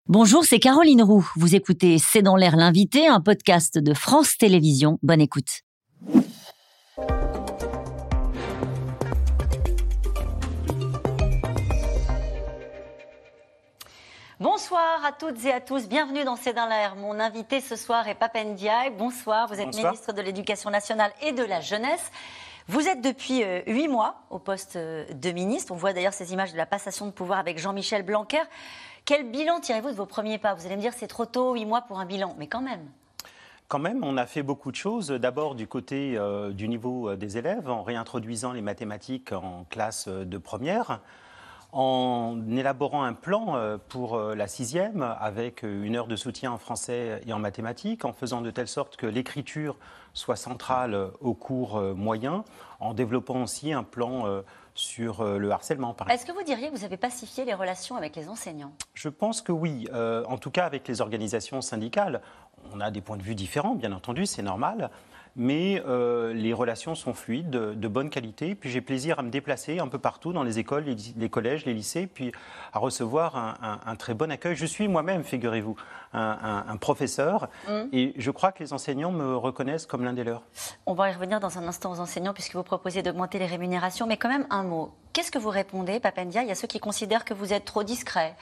Bonjour, c'est Caroline Roux. Vous écoutez C'est dans l'air l'invité, un podcast de France Télévisions. Bonne écoute. Bonsoir à toutes et à tous, bienvenue dans C'est dans l'air. Mon invité ce soir est Pape Ndiaye. Bonsoir, vous êtes ministre de l'Éducation nationale et de la jeunesse. Vous êtes depuis 8 mois au poste de ministre. On voit d'ailleurs ces images de la passation de pouvoir avec Jean-Michel Blanquer. Quel bilan tirez-vous de vos premiers pas? Vous allez me dire c'est trop tôt, 8 mois pour un bilan, mais quand même. Quand même, on a fait beaucoup de choses. D'abord du côté du niveau des élèves, en réintroduisant les mathématiques en classe de première, en élaborant un plan pour la 6e avec 1 heure de soutien en français et en mathématiques, en faisant de telle sorte que l'écriture soit centrale au cours moyen, en développant aussi un plan sur le harcèlement, par exemple. Est-ce que vous diriez que vous avez pacifié les relations avec les enseignants? Je pense que oui, en tout cas avec les organisations syndicales. On a des points de vue différents, bien entendu, c'est normal. Mais les relations sont fluides, de bonne qualité. Puis j'ai plaisir à me déplacer un peu partout dans les écoles, les collèges, les lycées, puis à recevoir un très bon accueil. Je suis moi-même, figurez-vous, un professeur, et je crois que les enseignants me reconnaissent comme l'un des leurs. On va y revenir dans un instant aux enseignants, puisque vous proposez d'augmenter les rémunérations. Mais quand même, un mot. Qu'est-ce que vous répondez, Pape Ndiaye? Il y a ceux qui considèrent que vous êtes trop discret,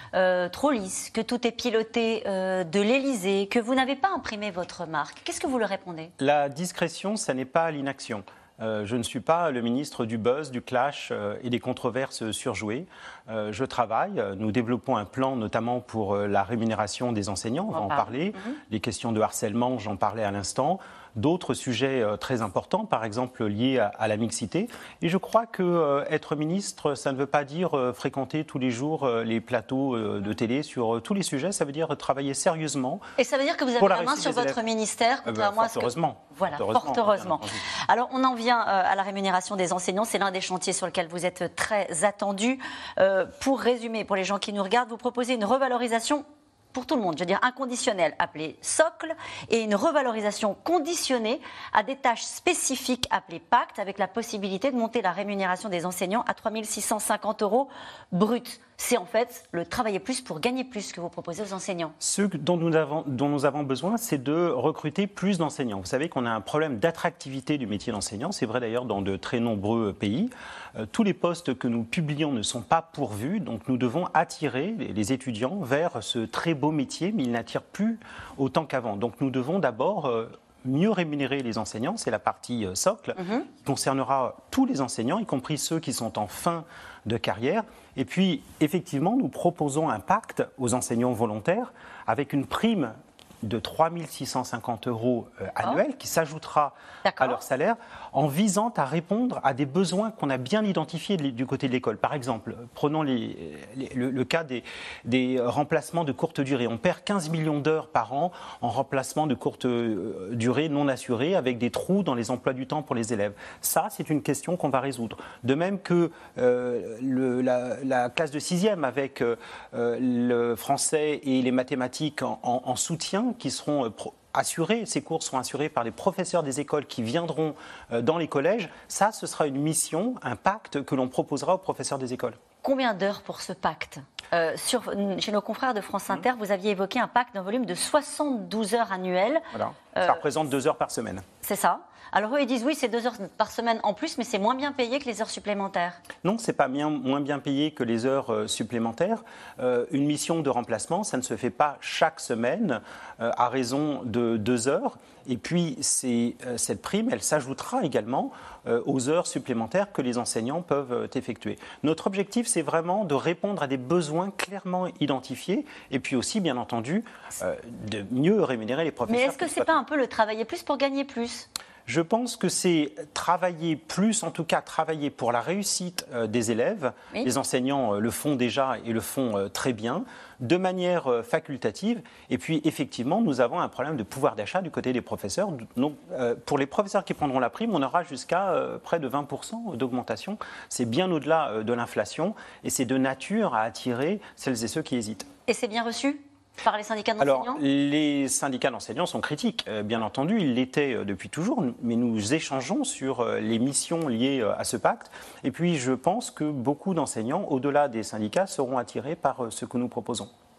trop lisse, que tout est piloté de l'Élysée, que vous n'avez pas imprimé votre marque. Qu'est-ce que vous leur répondez? La discrétion, ça n'est pas l'inaction. Je ne suis pas le ministre du buzz, du clash et des controverses surjouées. Je travaille. Nous développons un plan notamment pour la rémunération des enseignants. On va en parler. Les questions de harcèlement, j'en parlais à l'instant. D'autres sujets très importants, par exemple liés à la mixité. Et je crois qu'être ministre, ça ne veut pas dire fréquenter tous les jours les plateaux de télé sur tous les sujets. Ça veut dire travailler sérieusement. Et ça veut dire que vous avez la main sur votre ministère, contrairement à ce que... Heureusement. Voilà, fort heureusement. Alors, on en vient à la rémunération des enseignants. C'est l'un des chantiers sur lequel vous êtes très attendu. Pour résumer, pour les gens qui nous regardent, vous proposez une revalorisation pour tout le monde, je veux dire inconditionnelle, appelée socle, et une revalorisation conditionnée à des tâches spécifiques appelées pacte, avec la possibilité de monter la rémunération des enseignants à 3 650 € brut. C'est en fait le travailler plus pour gagner plus que vous proposez aux enseignants. Ce dont nous avons besoin, c'est de recruter plus d'enseignants. Vous savez qu'on a un problème d'attractivité du métier d'enseignant. C'est vrai d'ailleurs dans de très nombreux pays. Tous les postes que nous publions ne sont pas pourvus, donc nous devons attirer les étudiants vers ce très beau métier, mais ils n'attirent plus autant qu'avant. Donc nous devons d'abord mieux rémunérer les enseignants, c'est la partie socle, qui concernera tous les enseignants, y compris ceux qui sont en fin de carrière. Et puis, effectivement, nous proposons un pacte aux enseignants volontaires avec une prime de 3 650 € annuels qui s'ajoutera à leur salaire en visant à répondre à des besoins qu'on a bien identifiés du côté de l'école. Par exemple, prenons le cas des remplacements de courte durée. On perd 15 millions d'heures par an en remplacement de courte durée non assurés avec des trous dans les emplois du temps pour les élèves. Ça, c'est une question qu'on va résoudre. De même que la classe de 6e avec le français et les mathématiques en soutien qui seront assurés, ces cours seront assurés par les professeurs des écoles qui viendront dans les collèges. Ça, ce sera une mission, un pacte que l'on proposera aux professeurs des écoles. Combien d'heures pour ce pacte? Chez nos confrères de France Inter, vous aviez évoqué un pacte d'un volume de 72 heures annuelles. Voilà. Ça représente 2 heures par semaine. C'est ça. Alors eux, ils disent oui, c'est 2 heures par semaine en plus, mais c'est moins bien payé que les heures supplémentaires. Non, c'est pas moins bien payé que les heures supplémentaires. Une mission de remplacement, ça ne se fait pas chaque semaine à raison de 2 heures. Et puis, cette prime, elle s'ajoutera également aux heures supplémentaires que les enseignants peuvent effectuer. Notre objectif, c'est vraiment de répondre à des besoins clairement identifiés et puis aussi, bien entendu, de mieux rémunérer les professeurs. Mais est-ce que ce n'est pas un peu le travailler plus pour gagner plus ? Je pense que c'est travailler plus, en tout cas travailler pour la réussite des élèves. Oui. Les enseignants le font déjà et le font très bien, de manière facultative. Et puis effectivement, nous avons un problème de pouvoir d'achat du côté des professeurs. Donc, pour les professeurs qui prendront la prime, on aura jusqu'à près de 20% d'augmentation. C'est bien au-delà de l'inflation et c'est de nature à attirer celles et ceux qui hésitent. Et c'est bien reçu ? Par les syndicats d'enseignants ? Alors, les syndicats d'enseignants sont critiques, bien entendu, ils l'étaient depuis toujours, mais nous échangeons sur les missions liées à ce pacte. Et puis, je pense que beaucoup d'enseignants, au-delà des syndicats, seront attirés par ce que nous proposons.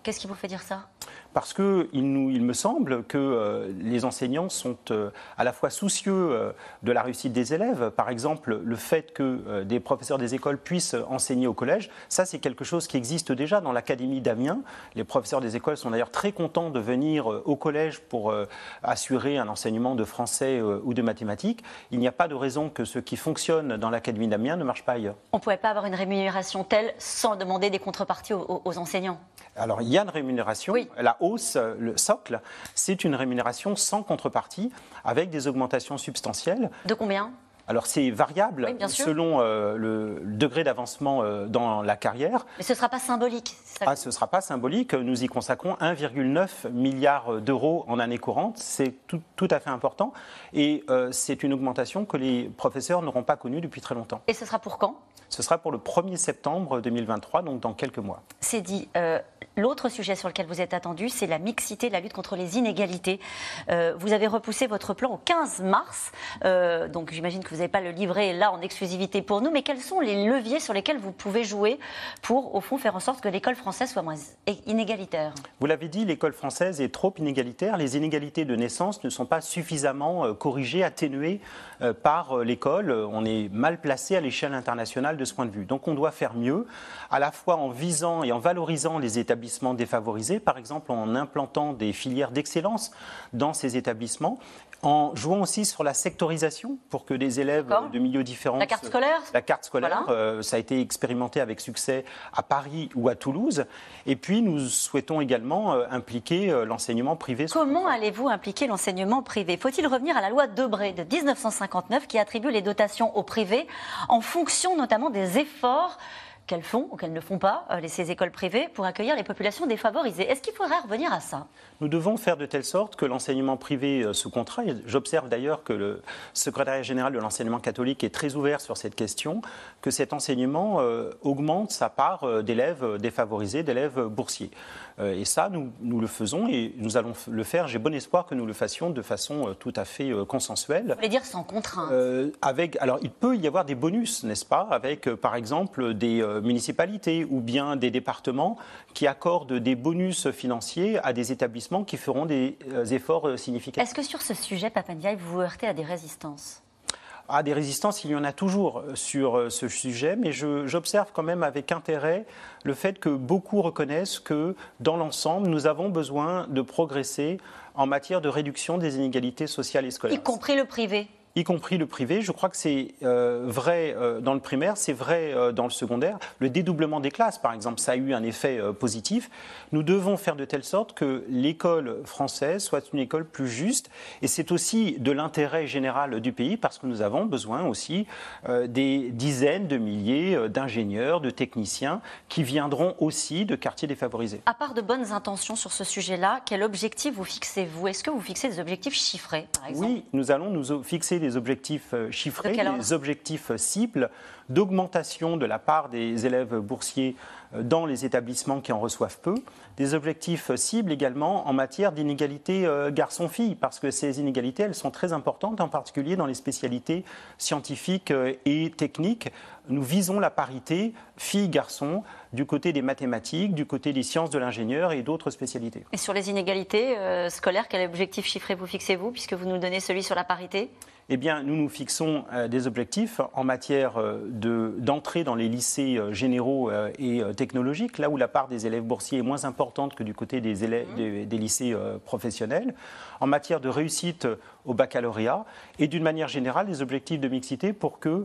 Qu'est-ce qui vous fait dire ça? Parce qu'il me semble que les enseignants sont à la fois soucieux de la réussite des élèves. Par exemple, le fait que des professeurs des écoles puissent enseigner au collège, ça c'est quelque chose qui existe déjà dans l'Académie d'Amiens. Les professeurs des écoles sont d'ailleurs très contents de venir au collège pour assurer un enseignement de français ou de mathématiques. Il n'y a pas de raison que ce qui fonctionne dans l'Académie d'Amiens ne marche pas ailleurs. On ne pouvait pas avoir une rémunération telle sans demander des contreparties aux enseignants? Alors, il y a une rémunération. Oui. La hausse, le socle, c'est une rémunération sans contrepartie, avec des augmentations substantielles. De combien? Alors, c'est variable selon le degré d'avancement dans la carrière. Mais ce ne sera pas symbolique? Ce ne sera pas symbolique. Nous y consacrons 1,9 milliard d'euros en année courante. C'est tout à fait important. Et c'est une augmentation que les professeurs n'auront pas connue depuis très longtemps. Et ce sera pour quand? Ce sera pour le 1er septembre 2023, donc dans quelques mois. C'est dit. L'autre sujet sur lequel vous êtes attendu, c'est la mixité, la lutte contre les inégalités. Vous avez repoussé votre plan au 15 mars. Donc j'imagine que vous n'avez pas le livret là en exclusivité pour nous. Mais quels sont les leviers sur lesquels vous pouvez jouer pour, au fond, faire en sorte que l'école française soit moins inégalitaire? Vous l'avez dit, l'école française est trop inégalitaire. Les inégalités de naissance ne sont pas suffisamment corrigées, atténuées par l'école. On est mal placé à l'échelle internationale de ce point de vue. Donc on doit faire mieux, à la fois en visant et en valorisant les établissements défavorisés, par exemple en implantant des filières d'excellence dans ces établissements, en jouant aussi sur la sectorisation pour que des élèves de milieux différents... La carte scolaire? La carte scolaire, voilà. Ça a été expérimenté avec succès à Paris ou à Toulouse. Et puis nous souhaitons également impliquer l'enseignement privé. Comment allez-vous impliquer l'enseignement privé? Faut-il revenir à la loi Debré de 1959 qui attribue les dotations au privé en fonction notamment des efforts qu'elles font ou qu'elles ne font pas, ces écoles privées, pour accueillir les populations défavorisées? Est-ce qu'il faudrait revenir à ça? Nous devons faire de telle sorte que l'enseignement privé sous contrat, et j'observe d'ailleurs que le secrétariat général de l'enseignement catholique est très ouvert sur cette question, que cet enseignement augmente sa part d'élèves défavorisés, d'élèves boursiers. Et ça, nous le faisons et nous allons le faire. J'ai bon espoir que nous le fassions de façon tout à fait consensuelle. Vous voulez dire sans contrainte? Alors, il peut y avoir des bonus, n'est-ce pas, avec par exemple des municipalités ou bien des départements qui accordent des bonus financiers à des établissements qui feront des efforts significatifs. Est-ce que sur ce sujet, Papa Ndiaye, vous vous heurtez à des résistances? Des résistances, il y en a toujours sur ce sujet, mais j'observe quand même avec intérêt le fait que beaucoup reconnaissent que, dans l'ensemble, nous avons besoin de progresser en matière de réduction des inégalités sociales et scolaires. Y compris le privé? Y compris le privé. Je crois que c'est vrai dans le primaire, c'est vrai dans le secondaire. Le dédoublement des classes, par exemple, ça a eu un effet positif. Nous devons faire de telle sorte que l'école française soit une école plus juste. Et c'est aussi de l'intérêt général du pays parce que nous avons besoin aussi des dizaines de milliers d'ingénieurs, de techniciens qui viendront aussi de quartiers défavorisés. À part de bonnes intentions sur ce sujet-là, quel objectif vous fixez-vous? Est-ce que vous fixez des objectifs chiffrés, par exemple? Oui, nous allons nous fixer des objectifs chiffrés, des objectifs cibles d'augmentation de la part des élèves boursiers dans les établissements qui en reçoivent peu, des objectifs cibles également en matière d'inégalité garçons-filles, parce que ces inégalités, elles sont très importantes, en particulier dans les spécialités scientifiques et techniques. Nous visons la parité filles-garçons du côté des mathématiques, du côté des sciences de l'ingénieur et d'autres spécialités. Et sur les inégalités scolaires, quel objectif chiffré vous fixez-vous, puisque vous nous donnez celui sur la parité? Eh bien, nous nous fixons des objectifs en matière d'entrée dans les lycées généraux et technologiques, là où la part des élèves boursiers est moins importante que du côté des lycées professionnels, en matière de réussite au baccalauréat et d'une manière générale des objectifs de mixité pour que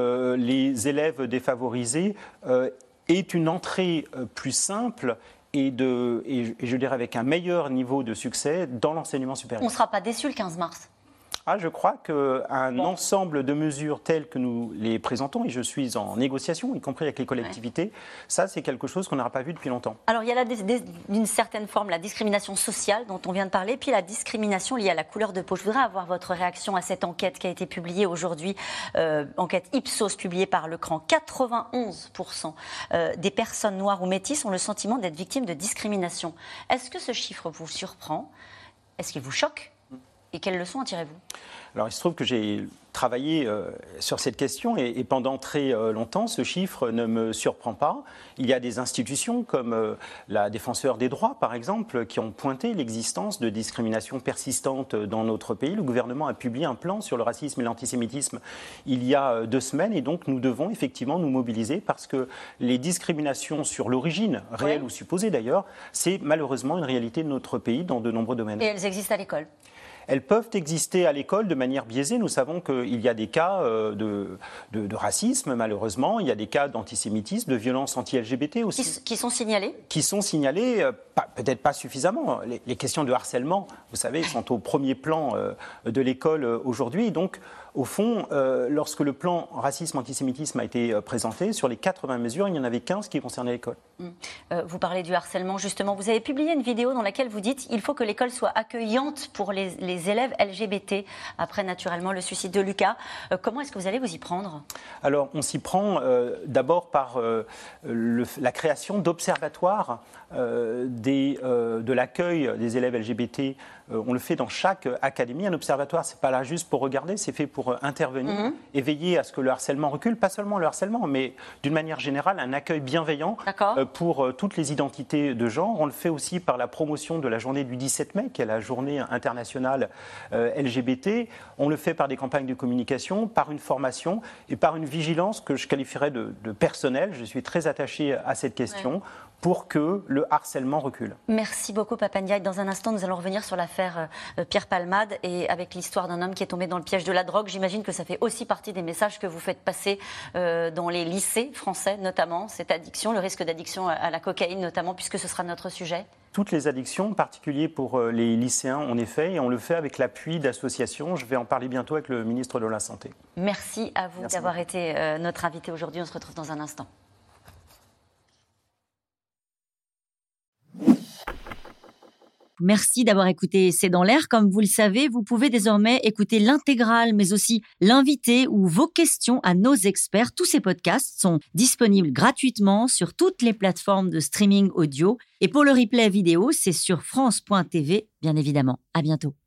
les élèves défavorisés aient une entrée plus simple et je dirais avec un meilleur niveau de succès dans l'enseignement supérieur. On ne sera pas déçus le 15 mars? Je crois qu'un ensemble de mesures telles que nous les présentons, et je suis en négociation, y compris avec les collectivités, ça c'est quelque chose qu'on n'aura pas vu depuis longtemps. Alors il y a d'une certaine forme la discrimination sociale dont on vient de parler, puis la discrimination liée à la couleur de peau. Je voudrais avoir votre réaction à cette enquête qui a été publiée aujourd'hui, enquête Ipsos publiée par Le Cran. 91% des personnes noires ou métisses ont le sentiment d'être victimes de discrimination. Est-ce que ce chiffre vous surprend? Est-ce qu'il vous choque? Et quelles leçons en tirez-vous? Alors, il se trouve que j'ai travaillé sur cette question et pendant très longtemps, ce chiffre ne me surprend pas. Il y a des institutions comme la Défenseure des droits, par exemple, qui ont pointé l'existence de discriminations persistantes dans notre pays. Le gouvernement a publié un plan sur le racisme et l'antisémitisme il y a 2 semaines et donc nous devons effectivement nous mobiliser parce que les discriminations sur l'origine, réelle ou supposée d'ailleurs, c'est malheureusement une réalité de notre pays dans de nombreux domaines. Et elles existent à l'école? Elles peuvent exister à l'école de manière biaisée. Nous savons qu'il y a des cas de racisme, malheureusement. Il y a des cas d'antisémitisme, de violence anti-LGBT aussi. Qui sont signalés? Qui sont signalés, peut-être pas suffisamment. Les questions de harcèlement, vous savez, sont au premier plan de l'école aujourd'hui. Donc, au fond, lorsque le plan racisme-antisémitisme a été présenté, sur les 80 mesures, il n'y en avait 15 qui concernaient l'école. Vous parlez du harcèlement, justement. Vous avez publié une vidéo dans laquelle vous dites qu'il faut que l'école soit accueillante pour les élèves LGBT, après naturellement le suicide de Lucas. Comment est-ce que vous allez vous y prendre? Alors, on s'y prend d'abord par la création d'observatoires de l'accueil des élèves LGBT. On le fait dans chaque académie. Un observatoire, c'est pas là juste pour regarder, c'est fait pour intervenir et veiller à ce que le harcèlement recule. Pas seulement le harcèlement, mais d'une manière générale, un accueil bienveillant pour toutes les identités de genre. On le fait aussi par la promotion de la journée du 17 mai, qui est la journée internationale LGBT. On le fait par des campagnes de communication, par une formation et par une vigilance que je qualifierais de personnelle. Je suis très attaché à cette question pour que le harcèlement recule. Merci beaucoup, Papa Ndiaye. Dans un instant, nous allons revenir sur l'affaire Pierre Palmade et avec l'histoire d'un homme qui est tombé dans le piège de la drogue. J'imagine que ça fait aussi partie des messages que vous faites passer dans les lycées français, notamment, cette addiction, le risque d'addiction à la cocaïne notamment, puisque ce sera notre sujet. Toutes les addictions, en particulier pour les lycéens, en effet, et on le fait avec l'appui d'associations. Je vais en parler bientôt avec le ministre de la Santé. Merci à vous d'avoir été notre invité aujourd'hui. On se retrouve dans un instant. Merci d'avoir écouté C'est dans l'air. Comme vous le savez, vous pouvez désormais écouter l'intégrale, mais aussi l'invité ou vos questions à nos experts. Tous ces podcasts sont disponibles gratuitement sur toutes les plateformes de streaming audio. Et pour le replay vidéo, c'est sur France.tv, bien évidemment. À bientôt.